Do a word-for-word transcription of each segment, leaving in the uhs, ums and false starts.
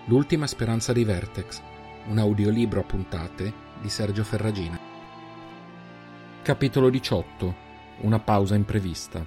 L'ultima speranza di Vertex, un audiolibro a puntate di Sergio Ferragina. Capitolo diciotto. Una pausa imprevista.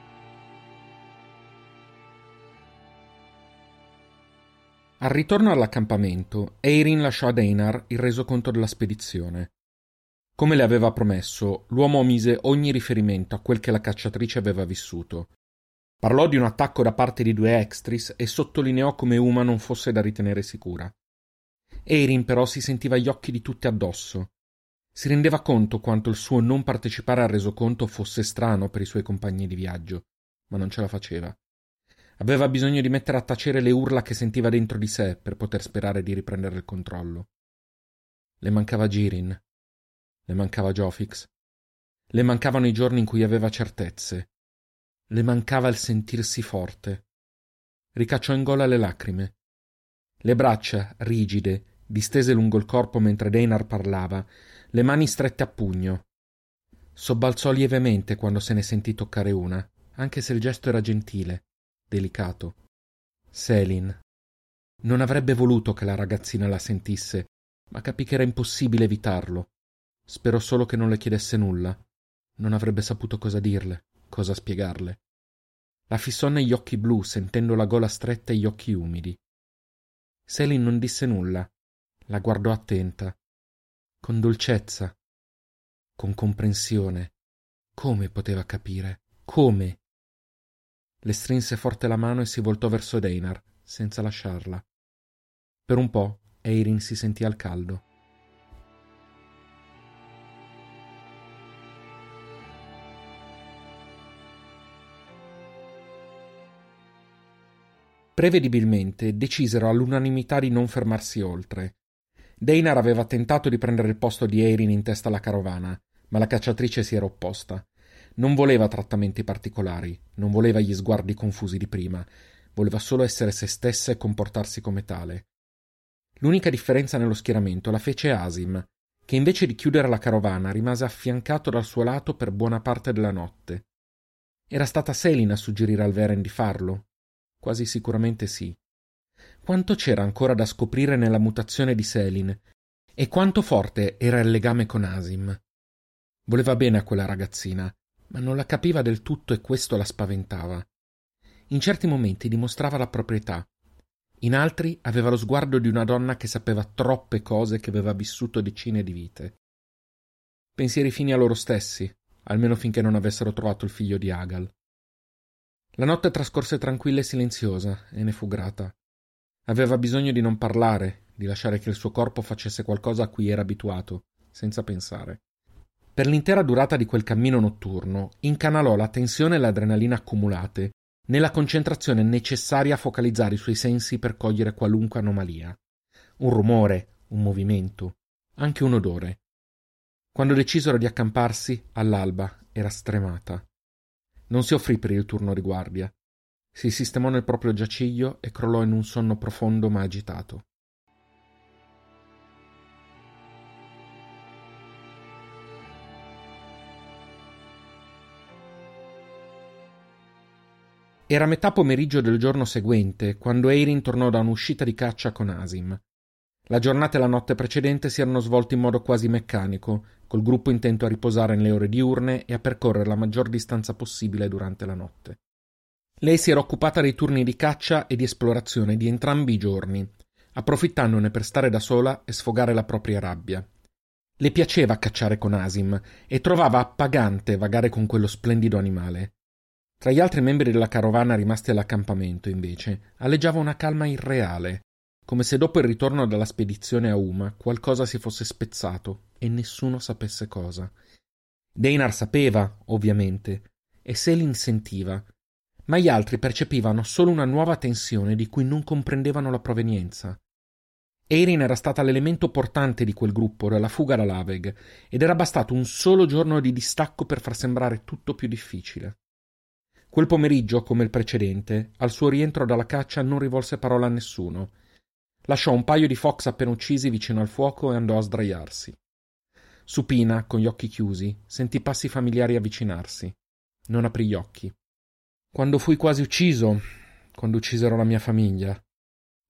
Al ritorno all'accampamento, Eirin lasciò ad Einar il resoconto della spedizione. Come le aveva promesso, l'uomo omise ogni riferimento a quel che la cacciatrice aveva vissuto. Parlò di un attacco da parte di due Extris e sottolineò come Uma non fosse da ritenere sicura. Eirin però si sentiva gli occhi di tutti addosso. Si rendeva conto quanto il suo non partecipare al resoconto fosse strano per i suoi compagni di viaggio, ma non ce la faceva. Aveva bisogno di mettere a tacere le urla che sentiva dentro di sé per poter sperare di riprendere il controllo. Le mancava Girin. Le mancava Jofix. Le mancavano i giorni in cui aveva certezze. Le mancava il sentirsi forte. Ricacciò in gola le lacrime. Le braccia, rigide, distese lungo il corpo mentre Einar parlava, le mani strette a pugno. Sobbalzò lievemente quando se ne sentì toccare una, anche se il gesto era gentile, delicato. Selin. Non avrebbe voluto che la ragazzina la sentisse, ma capì che era impossibile evitarlo. Sperò solo che non le chiedesse nulla. Non avrebbe saputo cosa dirle, cosa spiegarle. La fissò negli occhi blu, sentendo la gola stretta e gli occhi umidi. Selin non disse nulla. La guardò attenta. Con dolcezza. Con comprensione. Come poteva capire? Come? Le strinse forte la mano e si voltò verso Einar, senza lasciarla. Per un po' Eirin si sentì al caldo. Prevedibilmente decisero all'unanimità di non fermarsi oltre. Einar aveva tentato di prendere il posto di Eirin in testa alla carovana, ma la cacciatrice si era opposta. Non voleva trattamenti particolari, non voleva gli sguardi confusi di prima, voleva solo essere se stessa e comportarsi come tale. L'unica differenza nello schieramento la fece Asim, che invece di chiudere la carovana rimase affiancato dal suo lato per buona parte della notte. Era stata Selin a suggerire al Veren di farlo? Quasi sicuramente sì. Quanto c'era ancora da scoprire nella mutazione di Selin e quanto forte era il legame con Asim. Voleva bene a quella ragazzina, ma non la capiva del tutto e questo la spaventava. In certi momenti dimostrava la proprietà, in altri aveva lo sguardo di una donna che sapeva troppe cose che aveva vissuto decine di vite. Pensieri fini a loro stessi, almeno finché non avessero trovato il figlio di Agal. La notte trascorse tranquilla e silenziosa e ne fu grata. Aveva bisogno di non parlare, di lasciare che il suo corpo facesse qualcosa a cui era abituato, senza pensare. Per l'intera durata di quel cammino notturno incanalò la tensione e l'adrenalina accumulate nella concentrazione necessaria a focalizzare i suoi sensi per cogliere qualunque anomalia. Un rumore, un movimento, anche un odore. Quando decisero di accamparsi, all'alba, era stremata. Non si offrì per il turno di guardia. Si sistemò nel proprio giaciglio e crollò in un sonno profondo ma agitato. Era metà pomeriggio del giorno seguente, quando Eirin tornò da un'uscita di caccia con Asim. La giornata e la notte precedente si erano svolti in modo quasi meccanico, col gruppo intento a riposare nelle ore diurne e a percorrere la maggior distanza possibile durante la notte. Lei si era occupata dei turni di caccia e di esplorazione di entrambi i giorni, approfittandone per stare da sola e sfogare la propria rabbia. Le piaceva cacciare con Asim e trovava appagante vagare con quello splendido animale. Tra gli altri membri della carovana rimasti all'accampamento, invece, alleggiava una calma irreale, come se dopo il ritorno dalla spedizione a Uma qualcosa si fosse spezzato e nessuno sapesse cosa. Einar sapeva, ovviamente, e Selin sentiva, ma gli altri percepivano solo una nuova tensione di cui non comprendevano la provenienza. Eirin era stata l'elemento portante di quel gruppo dalla fuga da Laveg ed era bastato un solo giorno di distacco per far sembrare tutto più difficile. Quel pomeriggio, come il precedente, al suo rientro dalla caccia non rivolse parola a nessuno. Lasciò un paio di fox appena uccisi vicino al fuoco e andò a sdraiarsi. Supina, con gli occhi chiusi, sentì passi familiari avvicinarsi. Non aprì gli occhi. Quando fui quasi ucciso, quando uccisero la mia famiglia,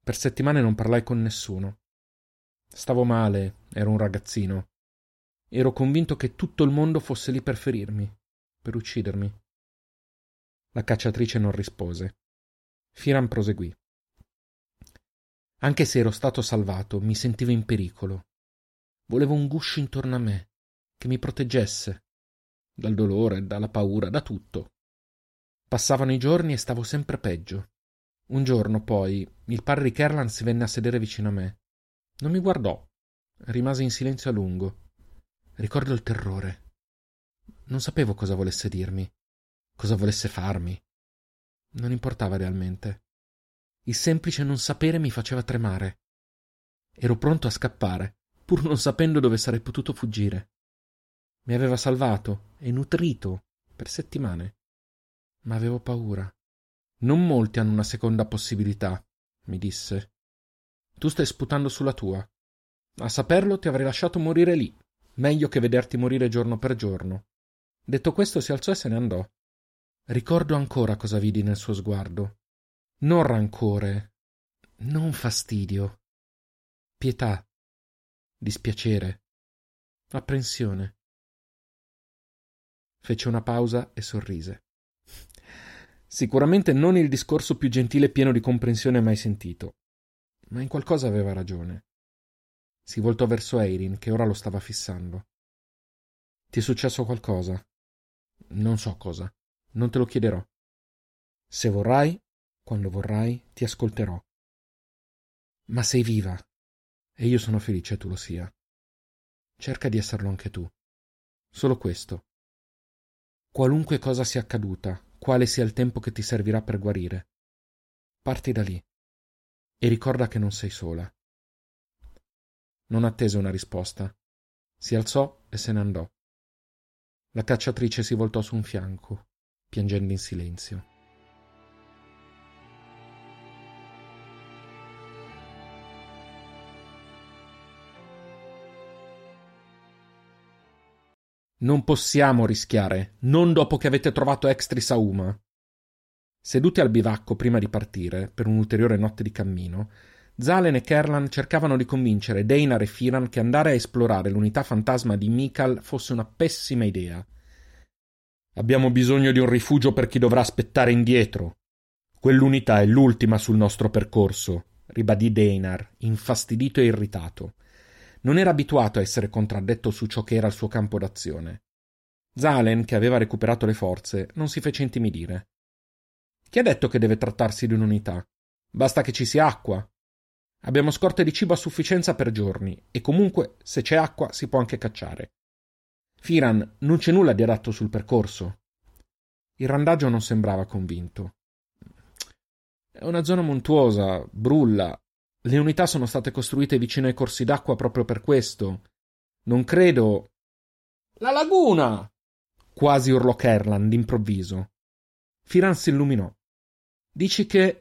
Per settimane non parlai con nessuno. Stavo male, ero un ragazzino. Ero convinto che tutto il mondo fosse lì per ferirmi, per uccidermi. La cacciatrice non rispose. Firan proseguì. Anche se ero stato salvato, mi sentivo in pericolo. Volevo un guscio intorno a me, che mi proteggesse. Dal dolore, dalla paura, da tutto. Passavano i giorni e stavo sempre peggio. Un giorno, poi, il padre di Kerlan si venne a sedere vicino a me. Non mi guardò. Rimase in silenzio a lungo. Ricordo il terrore. Non sapevo cosa volesse dirmi, cosa volesse farmi. Non importava realmente. Il semplice non sapere mi faceva tremare. Ero pronto a scappare, pur non sapendo dove sarei potuto fuggire. Mi aveva salvato e nutrito per settimane. Ma avevo paura. Non molti hanno una seconda possibilità, mi disse. Tu stai sputando sulla tua. A saperlo ti avrei lasciato morire lì, meglio che vederti morire giorno per giorno. Detto questo si alzò e se ne andò. Ricordo ancora cosa vidi nel suo sguardo. Non rancore, non fastidio. Pietà, dispiacere, apprensione. Fece una pausa e sorrise. Sicuramente non il discorso più gentile e pieno di comprensione mai sentito, ma in qualcosa aveva ragione. Si voltò verso Eirin, che ora lo stava fissando. Ti è successo qualcosa? Non so cosa. Non te lo chiederò. Se vorrai, quando vorrai, ti ascolterò. Ma sei viva, e io sono felice tu lo sia. Cerca di esserlo anche tu. Solo questo. Qualunque cosa sia accaduta, quale sia il tempo che ti servirà per guarire, parti da lì e ricorda che non sei sola. Non attese una risposta. Si alzò e se ne andò. La cacciatrice si voltò su un fianco, piangendo in silenzio. Non possiamo rischiare, non dopo che avete trovato Extris Auma. Seduti al bivacco prima di partire, per un'ulteriore notte di cammino, Zalen e Kerlan cercavano di convincere Deinar e Firan che andare a esplorare l'unità fantasma di Mikal fosse una pessima idea. Abbiamo bisogno di un rifugio per chi dovrà aspettare indietro. Quell'unità è l'ultima sul nostro percorso, ribadì Deinar, infastidito e irritato. Non era abituato a essere contraddetto su ciò che era il suo campo d'azione. Zalen, che aveva recuperato le forze, non si fece intimidire. Chi ha detto che deve trattarsi di un'unità? Basta che ci sia acqua. Abbiamo scorte di cibo a sufficienza per giorni, e comunque, se c'è acqua, si può anche cacciare. Firan, non c'è nulla di adatto sul percorso. Il randagio non sembrava convinto. È una zona montuosa, brulla. Le unità sono state costruite vicino ai corsi d'acqua proprio per questo. Non credo... La laguna! Quasi urlò Kerlan d'improvviso. Firan si illuminò. Dici che...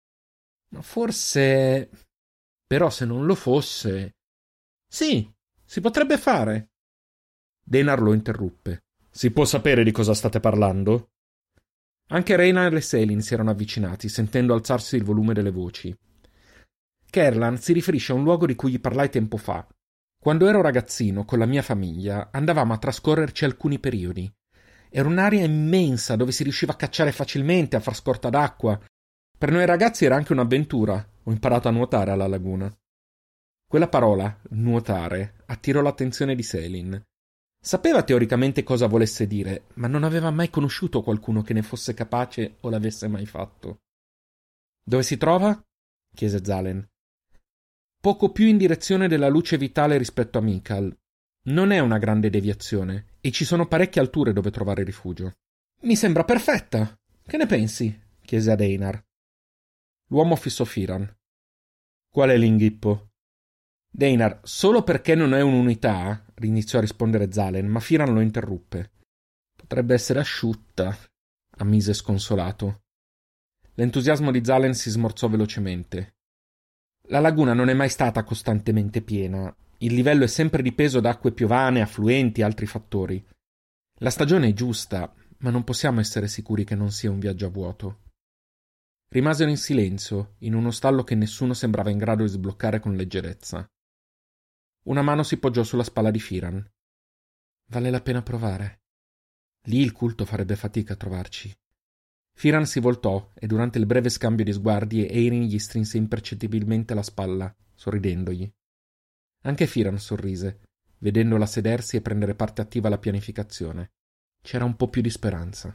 Forse... Però se non lo fosse... Sì, si potrebbe fare. Deinar lo interruppe. Si può sapere di cosa state parlando? Anche Reynar e Selin si erano avvicinati, sentendo alzarsi il volume delle voci. Kerlan si riferisce a un luogo di cui gli parlai tempo fa. Quando ero ragazzino, con la mia famiglia, andavamo a trascorrerci alcuni periodi. Era un'area immensa dove si riusciva a cacciare facilmente, a far scorta d'acqua. Per noi ragazzi era anche un'avventura. Ho imparato a nuotare alla laguna. Quella parola, nuotare, attirò l'attenzione di Selin. Sapeva teoricamente cosa volesse dire, ma non aveva mai conosciuto qualcuno che ne fosse capace o l'avesse mai fatto. Dove si trova? Chiese Zalen. Poco più in direzione della luce vitale rispetto a Mikal. Non è una grande deviazione, e ci sono parecchie alture dove trovare rifugio. Mi sembra perfetta. Che ne pensi? Chiese a Deinar. L'uomo fissò Firan. Qual è l'inghippo? Deinar, solo perché non è un'unità, iniziò a rispondere Zalen, ma Firan lo interruppe. Potrebbe essere asciutta, ammise sconsolato. L'entusiasmo di Zalen si smorzò velocemente. La laguna non è mai stata costantemente piena. Il livello è sempre dipeso da acque piovane, affluenti e altri fattori. La stagione è giusta, ma non possiamo essere sicuri che non sia un viaggio a vuoto. Rimasero in silenzio, in uno stallo che nessuno sembrava in grado di sbloccare con leggerezza. Una mano si poggiò sulla spalla di Firan. Vale la pena provare. Lì il culto farebbe fatica a trovarci. Firan si voltò e durante il breve scambio di sguardi Eirin gli strinse impercettibilmente la spalla, sorridendogli. Anche Firan sorrise, vedendola sedersi e prendere parte attiva alla pianificazione. C'era un po' più di speranza.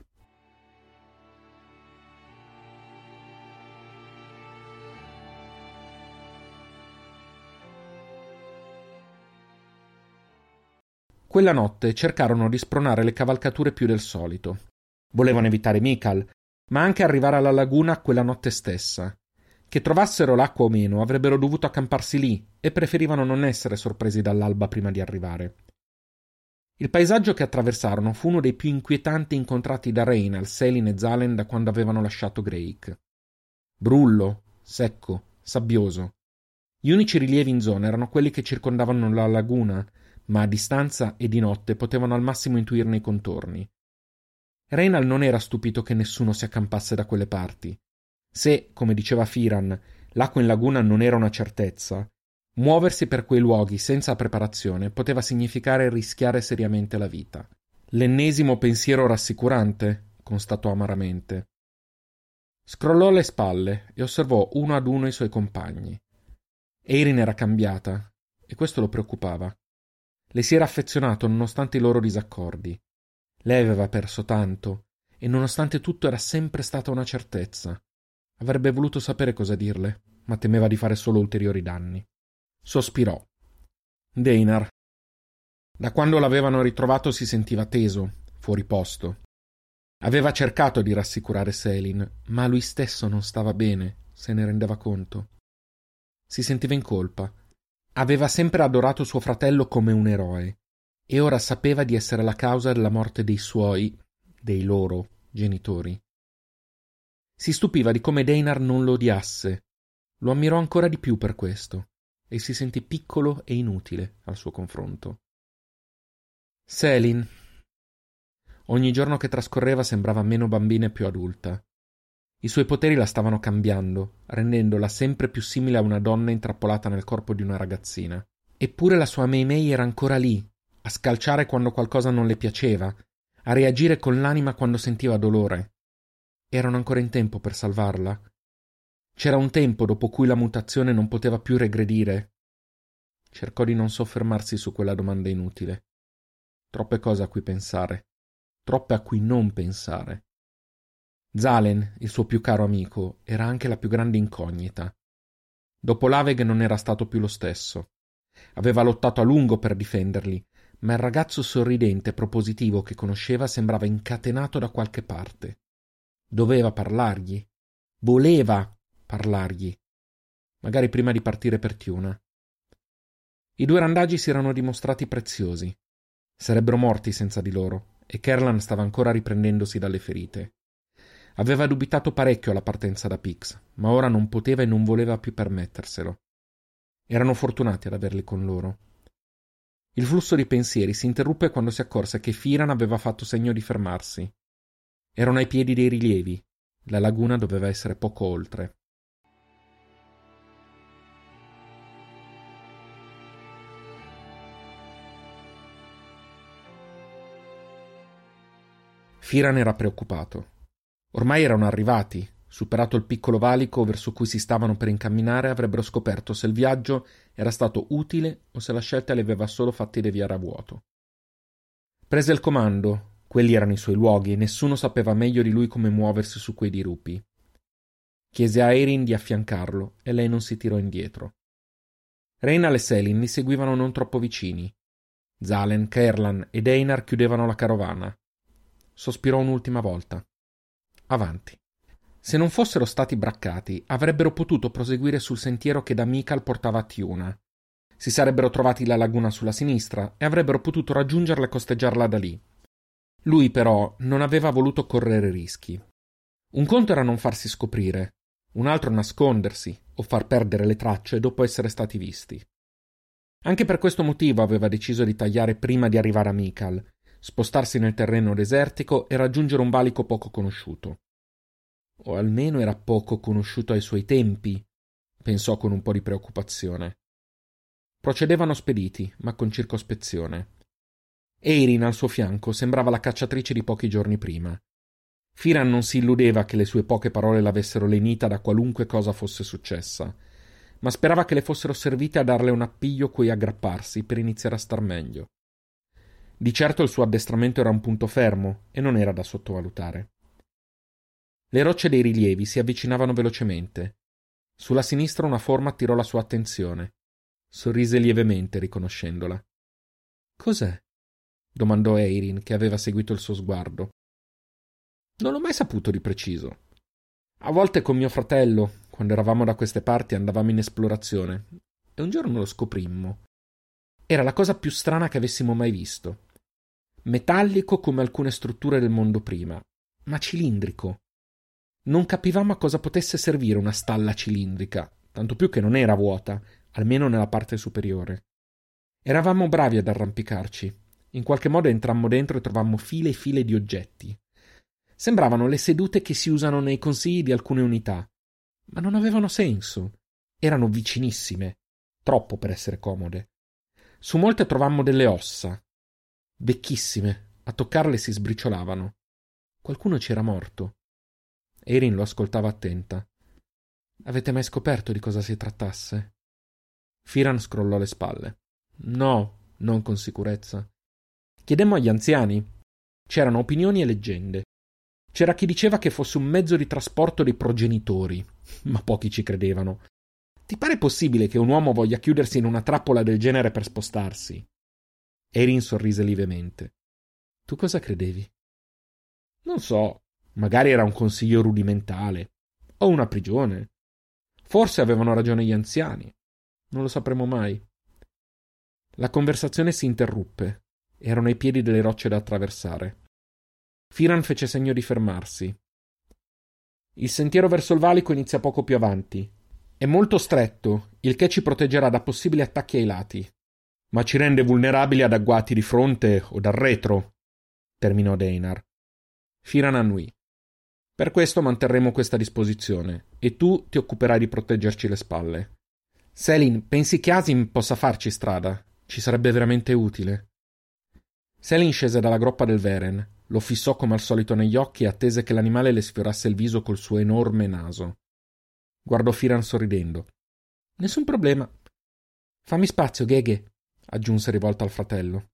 Quella notte cercarono di spronare le cavalcature più del solito. Volevano evitare Mikal, ma anche arrivare alla laguna quella notte stessa. Che trovassero l'acqua o meno, avrebbero dovuto accamparsi lì e preferivano non essere sorpresi dall'alba prima di arrivare. Il paesaggio che attraversarono fu uno dei più inquietanti incontrati da Rhaenal, Selin e Zalen da quando avevano lasciato Greyk. Brullo, secco, sabbioso. Gli unici rilievi in zona erano quelli che circondavano la laguna, ma a distanza e di notte potevano al massimo intuirne i contorni. Rhaenal non era stupito che nessuno si accampasse da quelle parti. Se, come diceva Firan, l'acqua in laguna non era una certezza, muoversi per quei luoghi senza preparazione poteva significare rischiare seriamente la vita. L'ennesimo pensiero rassicurante, constatò amaramente. Scrollò le spalle e osservò uno ad uno i suoi compagni. Eirin era cambiata, e questo lo preoccupava. Le si era affezionato nonostante i loro disaccordi. Lei aveva perso tanto, e nonostante tutto era sempre stata una certezza. Avrebbe voluto sapere cosa dirle, ma temeva di fare solo ulteriori danni. Sospirò. Deinar. Da quando l'avevano ritrovato si sentiva teso, fuori posto. Aveva cercato di rassicurare Selin, ma lui stesso non stava bene, se ne rendeva conto. Si sentiva in colpa. Aveva sempre adorato suo fratello come un eroe, e ora sapeva di essere la causa della morte dei suoi, dei loro, genitori. Si stupiva di come Deinar non lo odiasse. Lo ammirò ancora di più per questo, e si sentì piccolo e inutile al suo confronto. Selin. Ogni giorno che trascorreva sembrava meno bambina e più adulta. I suoi poteri la stavano cambiando, rendendola sempre più simile a una donna intrappolata nel corpo di una ragazzina. Eppure la sua Mei Mei era ancora lì, a scalciare quando qualcosa non le piaceva, a reagire con l'anima quando sentiva dolore. Erano ancora in tempo per salvarla? C'era un tempo dopo cui la mutazione non poteva più regredire? Cercò di non soffermarsi su quella domanda inutile. Troppe cose a cui pensare, troppe a cui non pensare. Zalen, il suo più caro amico, era anche la più grande incognita. Dopo l'Aveg non era stato più lo stesso. Aveva lottato a lungo per difenderli, ma il ragazzo sorridente e propositivo che conosceva sembrava incatenato da qualche parte. Doveva parlargli. Voleva parlargli. Magari prima di partire per Tiuna. I due randagi si erano dimostrati preziosi. Sarebbero morti senza di loro, e Kerlan stava ancora riprendendosi dalle ferite. Aveva dubitato parecchio alla partenza da Pix, ma ora non poteva e non voleva più permetterselo. Erano fortunati ad averli con loro. Il flusso di pensieri si interruppe quando si accorse che Firan aveva fatto segno di fermarsi. Erano ai piedi dei rilievi. La laguna doveva essere poco oltre. Firan era preoccupato. Ormai erano arrivati. Superato il piccolo valico verso cui si stavano per incamminare, avrebbero scoperto se il viaggio era stato utile o se la scelta li aveva solo fatti deviare a vuoto. Prese il comando. Quelli erano i suoi luoghi e nessuno sapeva meglio di lui come muoversi su quei dirupi. Chiese a Eirin di affiancarlo e lei non si tirò indietro. Rhaenal e Selin li seguivano non troppo vicini. Zalen, Kerlan ed Einar chiudevano la carovana. Sospirò un'ultima volta. Avanti. Se non fossero stati braccati, avrebbero potuto proseguire sul sentiero che da Mikal portava a Tiuna. Si sarebbero trovati la laguna sulla sinistra e avrebbero potuto raggiungerla e costeggiarla da lì. Lui, però, non aveva voluto correre rischi. Un conto era non farsi scoprire, un altro nascondersi o far perdere le tracce dopo essere stati visti. Anche per questo motivo aveva deciso di tagliare prima di arrivare a Mikal, spostarsi nel terreno desertico e raggiungere un valico poco conosciuto. O almeno era poco conosciuto ai suoi tempi, pensò con un po' di preoccupazione. Procedevano spediti, ma con circospezione. Erin al suo fianco sembrava la cacciatrice di pochi giorni prima. Firan non si illudeva che le sue poche parole l'avessero lenita da qualunque cosa fosse successa, ma sperava che le fossero servite a darle un appiglio cui aggrapparsi per iniziare a star meglio. Di certo il suo addestramento era un punto fermo e non era da sottovalutare. Le rocce dei rilievi si avvicinavano velocemente. Sulla sinistra una forma attirò la sua attenzione. Sorrise lievemente riconoscendola. «Cos'è?» domandò Eirin, che aveva seguito il suo sguardo. «Non l'ho mai saputo di preciso. A volte con mio fratello, quando eravamo da queste parti, andavamo in esplorazione e un giorno lo scoprimmo. Era la cosa più strana che avessimo mai visto. Metallico come alcune strutture del mondo prima, ma cilindrico. Non capivamo a cosa potesse servire una stalla cilindrica, tanto più che non era vuota, almeno nella parte superiore. Eravamo bravi ad arrampicarci. In qualche modo entrammo dentro e trovammo file e file di oggetti. Sembravano le sedute che si usano nei consigli di alcune unità, ma non avevano senso. Erano vicinissime, troppo per essere comode. Su molte trovammo delle ossa, vecchissime, a toccarle si sbriciolavano. Qualcuno ci era morto. Erin lo ascoltava attenta. Avete mai scoperto di cosa si trattasse? Firan scrollò le spalle. No, non con sicurezza. Chiedemmo agli anziani. C'erano opinioni e leggende. C'era chi diceva che fosse un mezzo di trasporto dei progenitori, ma pochi ci credevano. Ti pare possibile che un uomo voglia chiudersi in una trappola del genere per spostarsi? Erin sorrise lievemente. Tu cosa credevi? Non so, magari era un consiglio rudimentale, o una prigione. Forse avevano ragione gli anziani. Non lo sapremo mai. La conversazione si interruppe. Erano ai piedi delle rocce da attraversare. Firan fece segno di fermarsi. Il sentiero verso il valico inizia poco più avanti. È molto stretto, il che ci proteggerà da possibili attacchi ai lati, ma ci rende vulnerabili ad agguati di fronte o dal retro, terminò Deinar. Firan annui. Per questo manterremo questa disposizione, e tu ti occuperai di proteggerci le spalle. Selin, pensi che Asim possa farci strada? Ci sarebbe veramente utile. Selin scese dalla groppa del Veren, lo fissò come al solito negli occhi e attese che l'animale le sfiorasse il viso col suo enorme naso. Guardò Firan sorridendo. Nessun problema. Fammi spazio, Gheghe, aggiunse rivolta al fratello.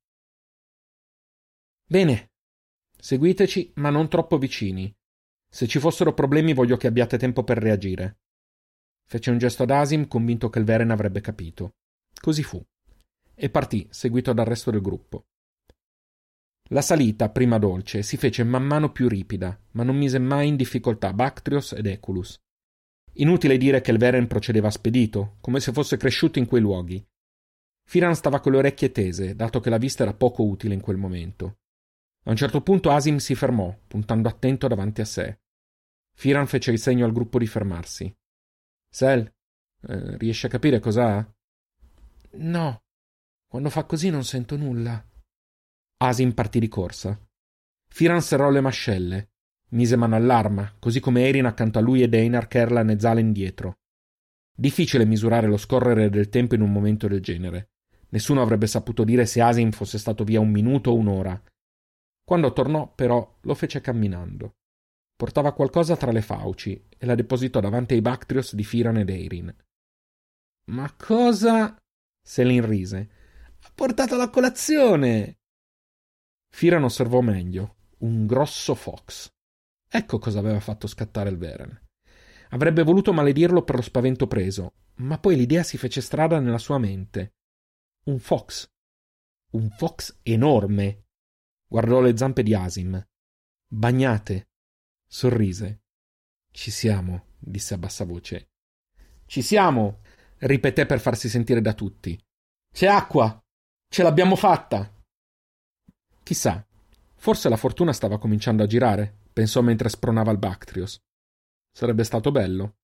Bene. Seguiteci, ma non troppo vicini. Se ci fossero problemi voglio che abbiate tempo per reagire. Fece un gesto ad Asim, convinto che il Veren avrebbe capito. Così fu. E partì, seguito dal resto del gruppo. La salita, prima dolce, si fece man mano più ripida, ma non mise mai in difficoltà Bactrios ed Eculus. Inutile dire che il Veren procedeva spedito, come se fosse cresciuto in quei luoghi. Firan stava con le orecchie tese, dato che la vista era poco utile in quel momento. A un certo punto Asim si fermò, puntando attento davanti a sé. Firan fece il segno al gruppo di fermarsi. Sel, eh, riesci a capire cos'ha? No, quando fa così non sento nulla. Asim partì di corsa. Firan serrò le mascelle. Mise mano all'arma, così come Erin accanto a lui e Deinar, Kerlan e Zalen dietro. Difficile misurare lo scorrere del tempo in un momento del genere. Nessuno avrebbe saputo dire se Asim fosse stato via un minuto o un'ora. Quando tornò, però, lo fece camminando. Portava qualcosa tra le fauci e la depositò davanti ai Bactrios di Firan ed Erin. Ma cosa? Selin rise. Ha portato la colazione! Firan osservò meglio. Un grosso fox. Ecco cosa aveva fatto scattare il Veren. Avrebbe voluto maledirlo per lo spavento preso, ma poi l'idea si fece strada nella sua mente. Un fox. Un fox enorme. Guardò le zampe di Asim. Bagnate. Sorrise. Ci siamo, disse a bassa voce. Ci siamo, ripeté per farsi sentire da tutti. C'è acqua. Ce l'abbiamo fatta. Chissà, forse la fortuna stava cominciando a girare, pensò mentre spronava il Bactrios. Sarebbe stato bello.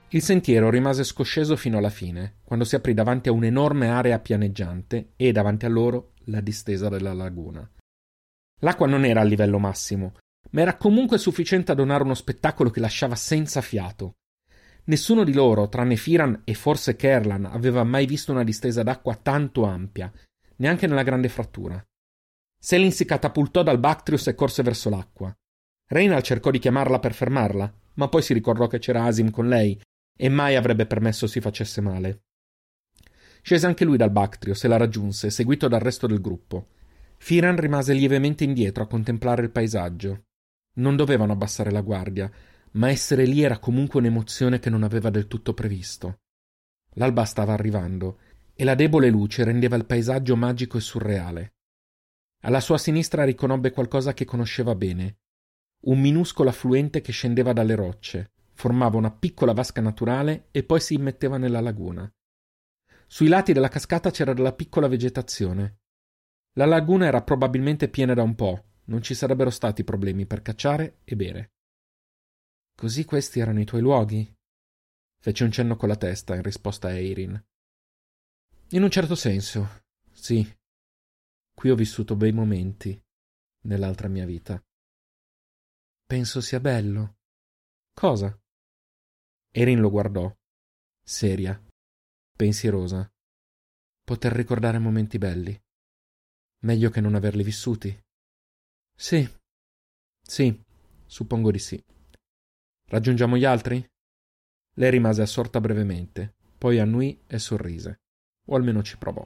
Il sentiero rimase scosceso fino alla fine, quando si aprì davanti a un'enorme area pianeggiante e, davanti a loro, la distesa della laguna. L'acqua non era al livello massimo, ma era comunque sufficiente a donare uno spettacolo che lasciava senza fiato. Nessuno di loro, tranne Firan e forse Kerlan, aveva mai visto una distesa d'acqua tanto ampia, neanche nella grande frattura. Selin si catapultò dal Bactrius e corse verso l'acqua. Reynald cercò di chiamarla per fermarla, ma poi si ricordò che c'era Asim con lei e mai avrebbe permesso si facesse male. Scese anche lui dal Bactrius e la raggiunse, seguito dal resto del gruppo. Firan rimase lievemente indietro a contemplare il paesaggio. Non dovevano abbassare la guardia, ma essere lì era comunque un'emozione che non aveva del tutto previsto. L'alba stava arrivando e la debole luce rendeva il paesaggio magico e surreale. Alla sua sinistra riconobbe qualcosa che conosceva bene. Un minuscolo affluente che scendeva dalle rocce, formava una piccola vasca naturale e poi si immetteva nella laguna. Sui lati della cascata c'era della piccola vegetazione. La laguna era probabilmente piena da un po', non ci sarebbero stati problemi per cacciare e bere. Così questi erano i tuoi luoghi? Fece un cenno con la testa in risposta a Eirin. In un certo senso, sì. Qui ho vissuto bei momenti, nell'altra mia vita. Penso sia bello. Cosa? Eirin lo guardò, seria, pensierosa. Poter ricordare momenti belli. Meglio che non averli vissuti. Sì, sì, suppongo di sì. Raggiungiamo gli altri? Lei rimase assorta brevemente, poi annui e sorrise, o almeno ci provò.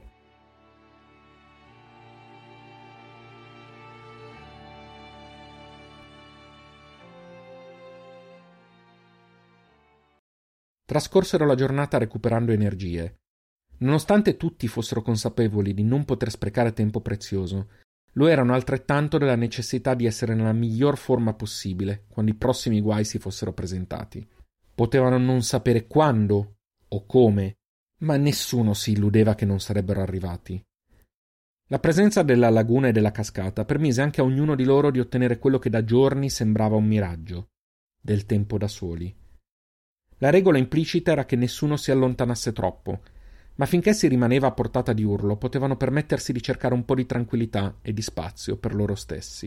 Trascorsero la giornata recuperando energie. Nonostante tutti fossero consapevoli di non poter sprecare tempo prezioso, lo erano altrettanto della necessità di essere nella miglior forma possibile quando i prossimi guai si fossero presentati. Potevano non sapere quando o come, ma nessuno si illudeva che non sarebbero arrivati. La presenza della laguna e della cascata permise anche a ognuno di loro di ottenere quello che da giorni sembrava un miraggio: del tempo da soli. La regola implicita era che nessuno si allontanasse troppo, ma finché si rimaneva a portata di urlo potevano permettersi di cercare un po' di tranquillità e di spazio per loro stessi.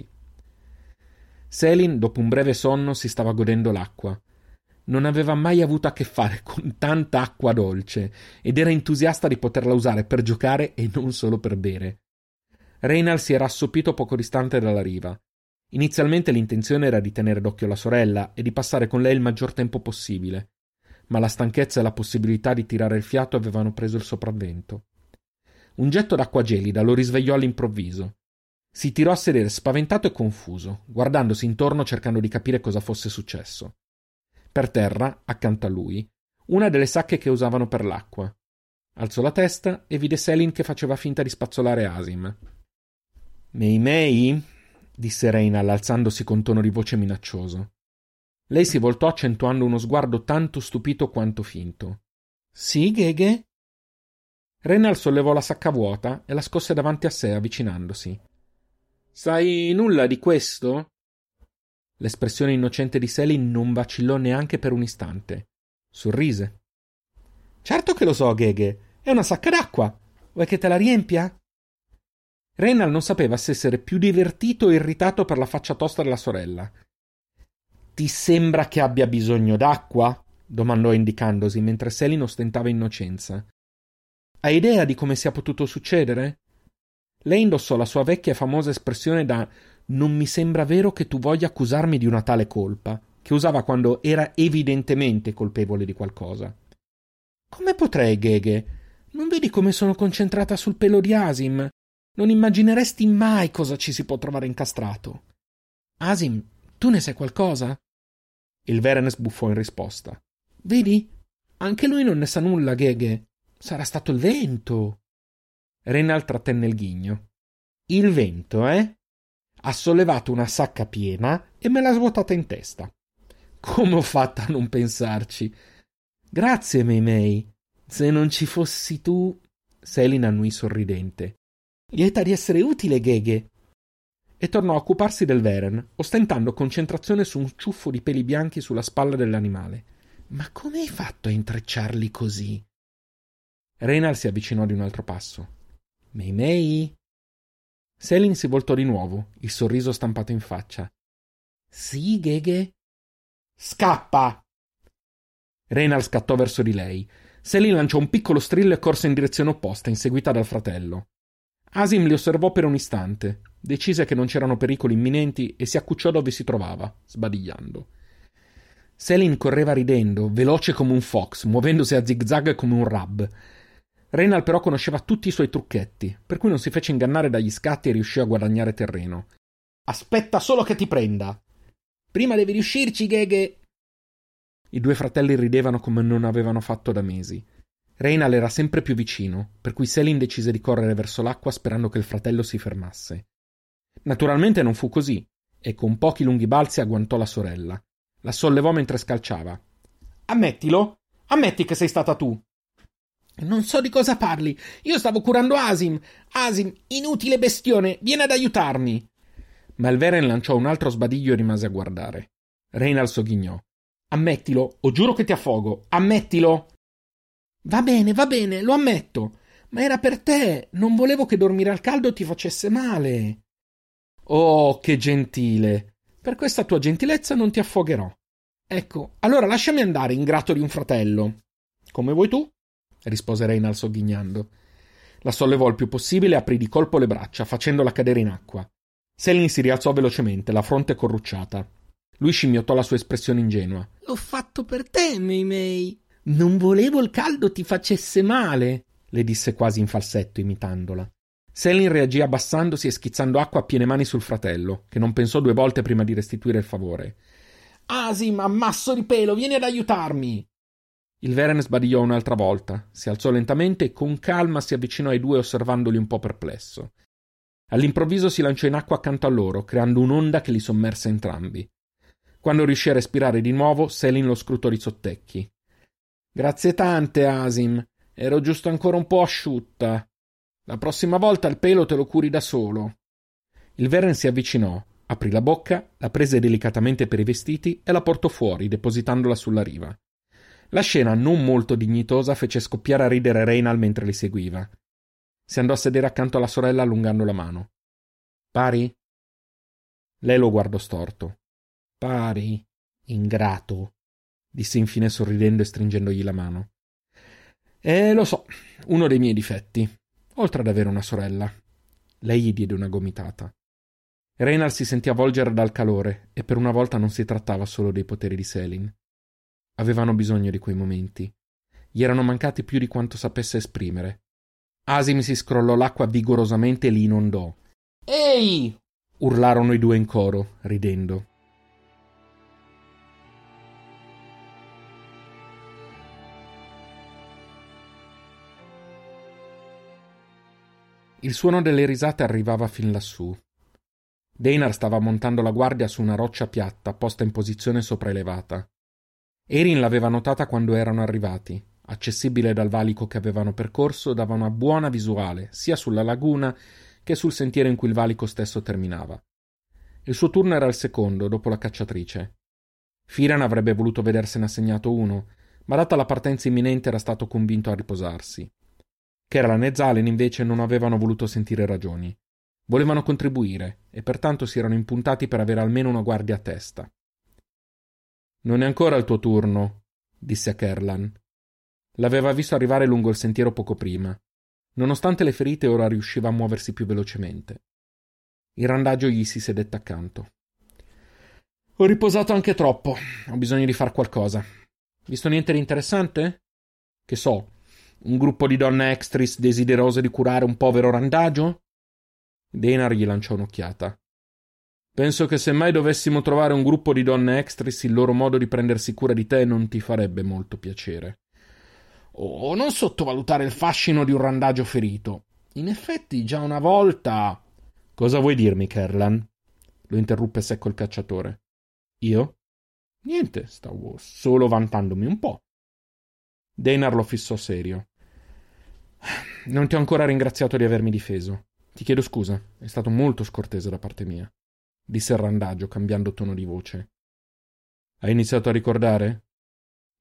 Selin, dopo un breve sonno, si stava godendo l'acqua. Non aveva mai avuto a che fare con tanta acqua dolce ed era entusiasta di poterla usare per giocare e non solo per bere. Reynald si era assopito poco distante dalla riva. Inizialmente l'intenzione era di tenere d'occhio la sorella e di passare con lei il maggior tempo possibile, ma la stanchezza e la possibilità di tirare il fiato avevano preso il sopravvento. Un getto d'acqua gelida lo risvegliò all'improvviso. Si tirò a sedere spaventato e confuso, guardandosi intorno cercando di capire cosa fosse successo. Per terra, accanto a lui, una delle sacche che usavano per l'acqua. Alzò la testa e vide Selin che faceva finta di spazzolare Asim. «Mei Mei?» disse Reynald alzandosi con tono di voce minaccioso. Lei si voltò accentuando uno sguardo tanto stupito quanto finto. «Sì, Gheghe?» Reynald sollevò la sacca vuota e la scosse davanti a sé avvicinandosi. «Sai nulla di questo?» L'espressione innocente di Selin non vacillò neanche per un istante. Sorrise. «Certo che lo so, Gheghe. È una sacca d'acqua. Vuoi che te la riempia?» Reynald non sapeva se essere più divertito o irritato per la faccia tosta della sorella. «Ti sembra che abbia bisogno d'acqua?» domandò indicandosi mentre Selin ostentava innocenza. «Hai idea di come sia potuto succedere?» Lei indossò la sua vecchia e famosa espressione da «non mi sembra vero che tu voglia accusarmi di una tale colpa», che usava quando era evidentemente colpevole di qualcosa. «Come potrei, Gheghe? Non vedi come sono concentrata sul pelo di Asim? Non immagineresti mai cosa ci si può trovare incastrato. Asim, tu ne sai qualcosa?» Il Veren sbuffò in risposta. «Vedi? Anche lui non ne sa nulla, Gheghe. Sarà stato il vento». Reynald trattenne il ghigno. «Il vento, eh? Ha sollevato una sacca piena e me l'ha svuotata in testa. Come ho fatto a non pensarci? Grazie, Mei Mei. Se non ci fossi tu...» Selin annui sorridente. «Lieta di essere utile, Gheghe». E tornò a occuparsi del Veren, ostentando concentrazione su un ciuffo di peli bianchi sulla spalla dell'animale. Ma come hai fatto a intrecciarli così? Reynal si avvicinò di un altro passo. Mei Mei? Selin si voltò di nuovo, il sorriso stampato in faccia. Sì, Gheghe? Scappa! Reynal scattò verso di lei. Selin lanciò un piccolo strillo e corse in direzione opposta, inseguita dal fratello. Asim li osservò per un istante, decise che non c'erano pericoli imminenti e si accucciò dove si trovava, sbadigliando. Selin correva ridendo, veloce come un fox, muovendosi a zigzag come un rab. Reynal però conosceva tutti i suoi trucchetti, per cui non si fece ingannare dagli scatti e riuscì a guadagnare terreno. Aspetta solo che ti prenda! Prima devi riuscirci, Gheghe! I due fratelli ridevano come non avevano fatto da mesi. Reynal era sempre più vicino, per cui Selin decise di correre verso l'acqua sperando che il fratello si fermasse. Naturalmente non fu così, e con pochi lunghi balzi agguantò la sorella. La sollevò mentre scalciava. Ammettilo! Ammetti che sei stata tu! Non so di cosa parli. Io stavo curando Asim. Asim, inutile bestione, vieni ad aiutarmi. Ma il Veren lanciò un altro sbadiglio e rimase a guardare. Reynal sogghignò. Ammettilo, o giuro che ti affogo. Ammettilo. Va bene, va bene, lo ammetto. Ma era per te. Non volevo che dormire al caldo ti facesse male. Oh, che gentile. Per questa tua gentilezza non ti affogherò. Ecco, allora lasciami andare, ingrato di un fratello. Come vuoi tu? Rispose Reynal sogghignando. La sollevò il più possibile e aprì di colpo le braccia, facendola cadere in acqua. Selin si rialzò velocemente, la fronte corrucciata. Lui scimmiottò la sua espressione ingenua. L'ho fatto per te, Mei Mei. Non volevo il caldo ti facesse male, le disse quasi in falsetto, imitandola. Selin reagì abbassandosi e schizzando acqua a piene mani sul fratello, che non pensò due volte prima di restituire il favore. Asim, ammasso di pelo, vieni ad aiutarmi! Il Veren sbadigliò un'altra volta, si alzò lentamente e con calma si avvicinò ai due osservandoli un po' perplesso. All'improvviso si lanciò in acqua accanto a loro, creando un'onda che li sommerse entrambi. Quando riuscì a respirare di nuovo, Selin lo scrutò di sottecchi. Grazie tante, Asim. Ero giusto ancora un po' asciutta. La prossima volta il pelo te lo curi da solo. Il Veren si avvicinò, aprì la bocca, la prese delicatamente per i vestiti e la portò fuori, depositandola sulla riva. La scena, non molto dignitosa, fece scoppiare a ridere Reynal mentre li seguiva. Si andò a sedere accanto alla sorella allungando la mano. Pari? Lei lo guardò storto. Pari, ingrato, disse infine sorridendo e stringendogli la mano. Eh, lo so, uno dei miei difetti, oltre ad avere una sorella. Lei gli diede una gomitata. Reynal si sentì avvolgere dal calore e per una volta non si trattava solo dei poteri di Selin. Avevano bisogno di quei momenti. Gli erano mancati più di quanto sapesse esprimere. Asim si scrollò l'acqua vigorosamente e li inondò. Ehi! Urlarono i due in coro, ridendo. Il suono delle risate arrivava fin lassù. Deinar stava montando la guardia su una roccia piatta posta in posizione sopraelevata. Erin l'aveva notata quando erano arrivati. Accessibile dal valico che avevano percorso, dava una buona visuale sia sulla laguna che sul sentiero in cui il valico stesso terminava. Il suo turno era il secondo, dopo la cacciatrice. Firan avrebbe voluto vedersene assegnato uno, ma data la partenza imminente era stato convinto a riposarsi. Kerlan e Zalen invece non avevano voluto sentire ragioni. Volevano contribuire e pertanto si erano impuntati per avere almeno una guardia a testa. Non è ancora il tuo turno, disse a Kerlan. L'aveva visto arrivare lungo il sentiero poco prima. Nonostante le ferite ora riusciva a muoversi più velocemente. Il randaggio gli si sedette accanto. Ho riposato anche troppo, ho bisogno di far qualcosa. Visto niente di interessante? Che so, un gruppo di donne extris desiderose di curare un povero randagio? Deinar gli lanciò un'occhiata. Penso che se mai dovessimo trovare un gruppo di donne extris, il loro modo di prendersi cura di te non ti farebbe molto piacere. Oh, non sottovalutare il fascino di un randagio ferito. In effetti, già una volta... Cosa vuoi dirmi, Kerlan? Lo interruppe secco il cacciatore. Io? Niente, stavo solo vantandomi un po'. Deinar lo fissò serio. Non ti ho ancora ringraziato di avermi difeso. Ti chiedo scusa, è stato molto scortese da parte mia, disse il randagio cambiando tono di voce. Hai iniziato a ricordare?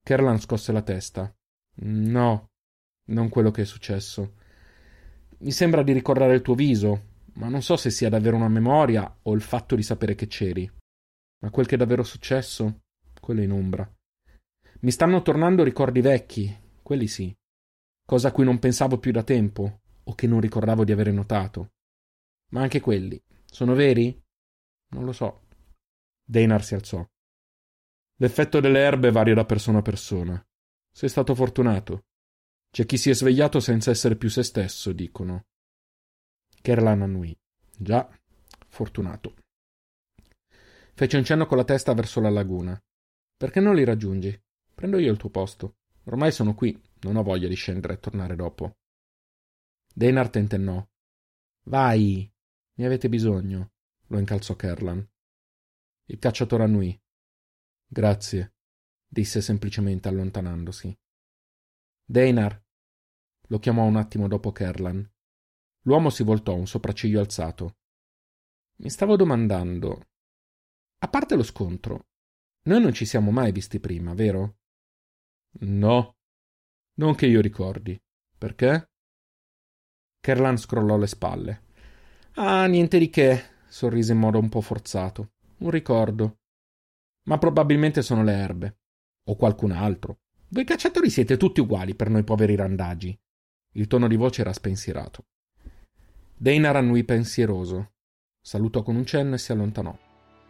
Kerlan scosse la testa. No, non quello che è successo. Mi sembra di ricordare il tuo viso, ma non so se sia davvero una memoria o il fatto di sapere che c'eri. Ma quel che è davvero successo, quello è in ombra. Mi stanno tornando ricordi vecchi, quelli sì. Cosa a cui non pensavo più da tempo, o che non ricordavo di avere notato. Ma anche quelli, sono veri? Non lo so. Deinar si alzò. L'effetto delle erbe varia da persona a persona. Sei stato fortunato. C'è chi si è svegliato senza essere più se stesso, dicono. Kerlan annui. Già, fortunato. Fece un cenno con la testa verso la laguna. Perché non li raggiungi? Prendo io il tuo posto. Ormai sono qui, non ho voglia di scendere e tornare dopo. Deinar tentennò. Vai, ne avete bisogno, lo incalzò Kerlan. Il cacciatore annui. Grazie, disse semplicemente allontanandosi. Deinar, lo chiamò un attimo dopo Kerlan. L'uomo si voltò, un sopracciglio alzato. Mi stavo domandando. A parte lo scontro, noi non ci siamo mai visti prima, vero? No, non che io ricordi. Perché? Kerlan scrollò le spalle. Ah, niente di che, sorrise in modo un po' forzato. Un ricordo. Ma probabilmente sono le erbe. O qualcun altro. Voi cacciatori siete tutti uguali per noi poveri randagi. Il tono di voce era spensierato. Deinar annui pensieroso. Salutò con un cenno e si allontanò.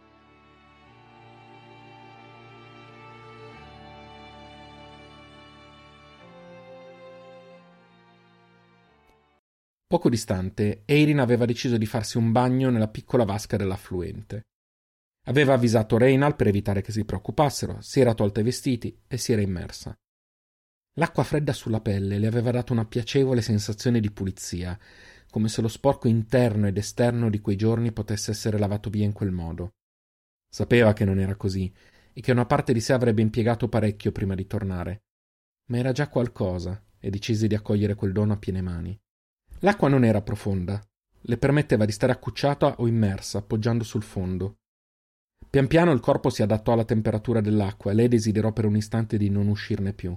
Poco distante, Eirin aveva deciso di farsi un bagno nella piccola vasca dell'affluente. Aveva avvisato Reinal per evitare che si preoccupassero, si era tolta i vestiti e si era immersa. L'acqua fredda sulla pelle le aveva dato una piacevole sensazione di pulizia, come se lo sporco interno ed esterno di quei giorni potesse essere lavato via in quel modo. Sapeva che non era così e che una parte di sé avrebbe impiegato parecchio prima di tornare, ma era già qualcosa e decise di accogliere quel dono a piene mani. L'acqua non era profonda, le permetteva di stare accucciata o immersa, appoggiando sul fondo. Pian piano il corpo si adattò alla temperatura dell'acqua e lei desiderò per un istante di non uscirne più.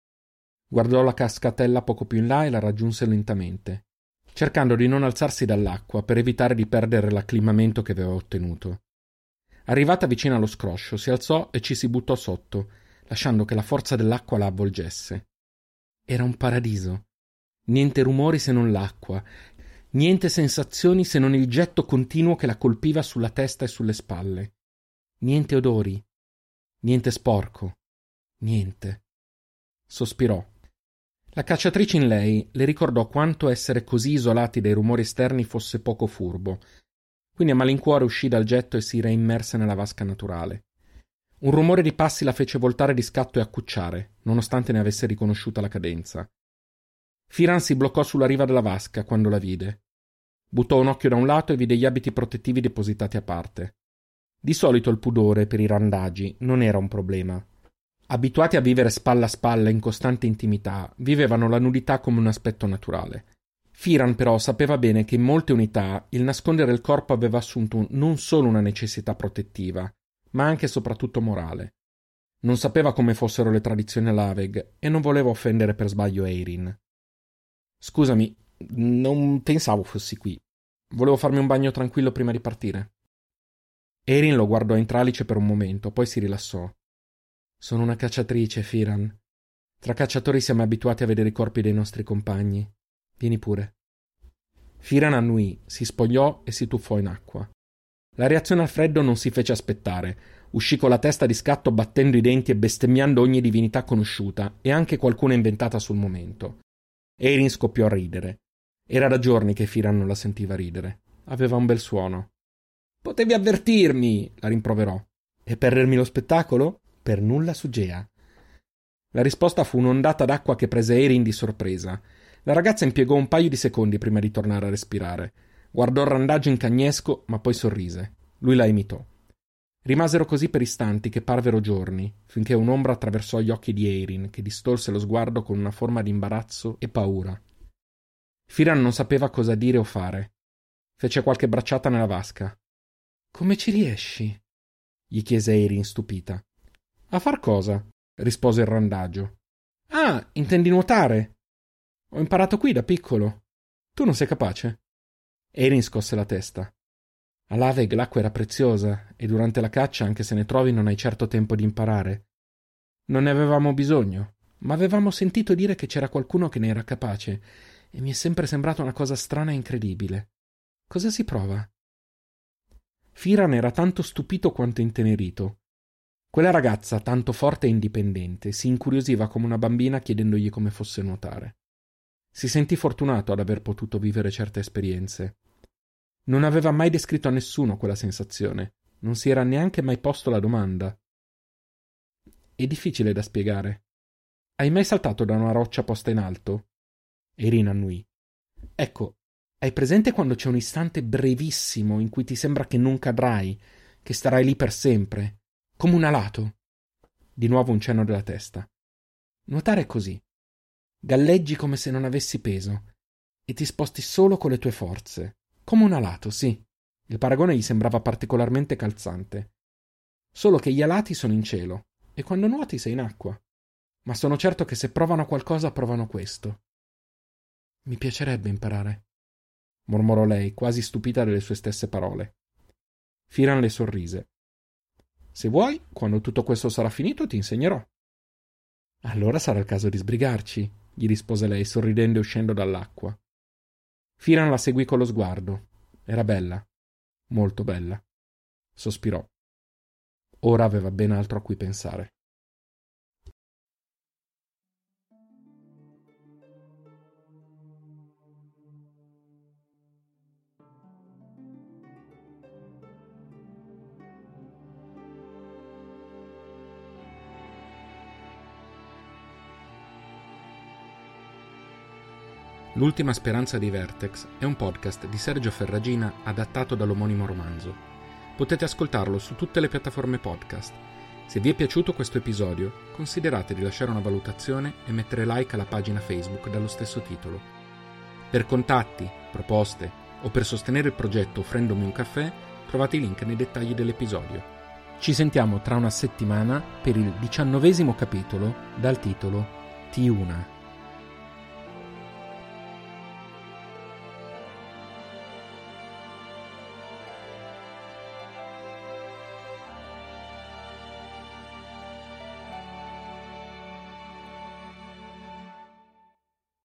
Guardò la cascatella poco più in là e la raggiunse lentamente, cercando di non alzarsi dall'acqua per evitare di perdere l'acclimamento che aveva ottenuto. Arrivata vicino allo scroscio, si alzò e ci si buttò sotto, lasciando che la forza dell'acqua la avvolgesse. Era un paradiso. Niente rumori se non l'acqua, niente sensazioni se non il getto continuo che la colpiva sulla testa e sulle spalle. Niente odori, niente sporco, niente. Sospirò. La cacciatrice in lei le ricordò quanto essere così isolati dai rumori esterni fosse poco furbo, quindi a malincuore uscì dal getto e si reimmerse nella vasca naturale. Un rumore di passi la fece voltare di scatto e accucciare, nonostante ne avesse riconosciuta la cadenza. Firan si bloccò sulla riva della vasca quando la vide. Buttò un occhio da un lato e vide gli abiti protettivi depositati a parte. Di solito il pudore per i randagi non era un problema. Abituati a vivere spalla a spalla in costante intimità, vivevano la nudità come un aspetto naturale. Firan però sapeva bene che in molte unità il nascondere il corpo aveva assunto non solo una necessità protettiva, ma anche e soprattutto morale. Non sapeva come fossero le tradizioni all'Aveg e non voleva offendere per sbaglio Eirin. Scusami, non pensavo fossi qui. Volevo farmi un bagno tranquillo prima di partire. Eirin lo guardò in tralice per un momento, poi si rilassò. Sono una cacciatrice, Firan. Tra cacciatori siamo abituati a vedere i corpi dei nostri compagni. Vieni pure. Firan annui, si spogliò e si tuffò in acqua. La reazione al freddo non si fece aspettare. Uscì con la testa di scatto battendo i denti e bestemmiando ogni divinità conosciuta e anche qualcuna inventata sul momento. Eirin scoppiò a ridere. Era da giorni che Firan non la sentiva ridere. Aveva un bel suono. Potevi avvertirmi, la rimproverò. E perdermi lo spettacolo? Per nulla su Gea. La risposta fu un'ondata d'acqua che prese Eirin di sorpresa. La ragazza impiegò un paio di secondi prima di tornare a respirare. Guardò il randaggio in cagnesco, ma poi sorrise. Lui la imitò. Rimasero così per istanti che parvero giorni, finché un'ombra attraversò gli occhi di Eirin, che distolse lo sguardo con una forma di imbarazzo e paura. Firan non sapeva cosa dire o fare. Fece qualche bracciata nella vasca. «Come ci riesci?» gli chiese Eirin stupita. «A far cosa?» rispose il randagio. Ah, intendi nuotare? Ho imparato qui da piccolo. Tu non sei capace? Erin scosse la testa. A Laveg l'acqua era preziosa e durante la caccia, anche se ne trovi, non hai certo tempo di imparare. Non ne avevamo bisogno, ma avevamo sentito dire che c'era qualcuno che ne era capace e mi è sempre sembrata una cosa strana e incredibile. Cosa si prova? Firan era tanto stupito quanto intenerito. Quella ragazza, tanto forte e indipendente, si incuriosiva come una bambina chiedendogli come fosse nuotare. Si sentì fortunato ad aver potuto vivere certe esperienze. Non aveva mai descritto a nessuno quella sensazione, non si era neanche mai posto la domanda. È difficile da spiegare. Hai mai saltato da una roccia posta in alto? Erin annui. Ecco, hai presente quando c'è un istante brevissimo in cui ti sembra che non cadrai, che starai lì per sempre, come un alato? Di nuovo un cenno della testa. Nuotare è così. Galleggi come se non avessi peso e ti sposti solo con le tue forze, come un alato, sì. Il paragone gli sembrava particolarmente calzante. Solo che gli alati sono in cielo e quando nuoti sei in acqua. Ma sono certo che se provano qualcosa provano questo. Mi piacerebbe imparare, mormorò lei, quasi stupita delle sue stesse parole. Firan le sorrise. Se vuoi, quando tutto questo sarà finito, ti insegnerò. Allora sarà il caso di sbrigarci, gli rispose lei, sorridendo e uscendo dall'acqua. Firan la seguì con lo sguardo. Era bella, molto bella. Sospirò. Ora aveva ben altro a cui pensare. L'ultima speranza di Vertex è un podcast di Sergio Ferragina adattato dall'omonimo romanzo. Potete ascoltarlo su tutte le piattaforme podcast. Se vi è piaciuto questo episodio, considerate di lasciare una valutazione e mettere like alla pagina Facebook dallo stesso titolo. Per contatti, proposte o per sostenere il progetto offrendomi un caffè, trovate i link nei dettagli dell'episodio. Ci sentiamo tra una settimana per il diciannovesimo capitolo dal titolo Tiuna.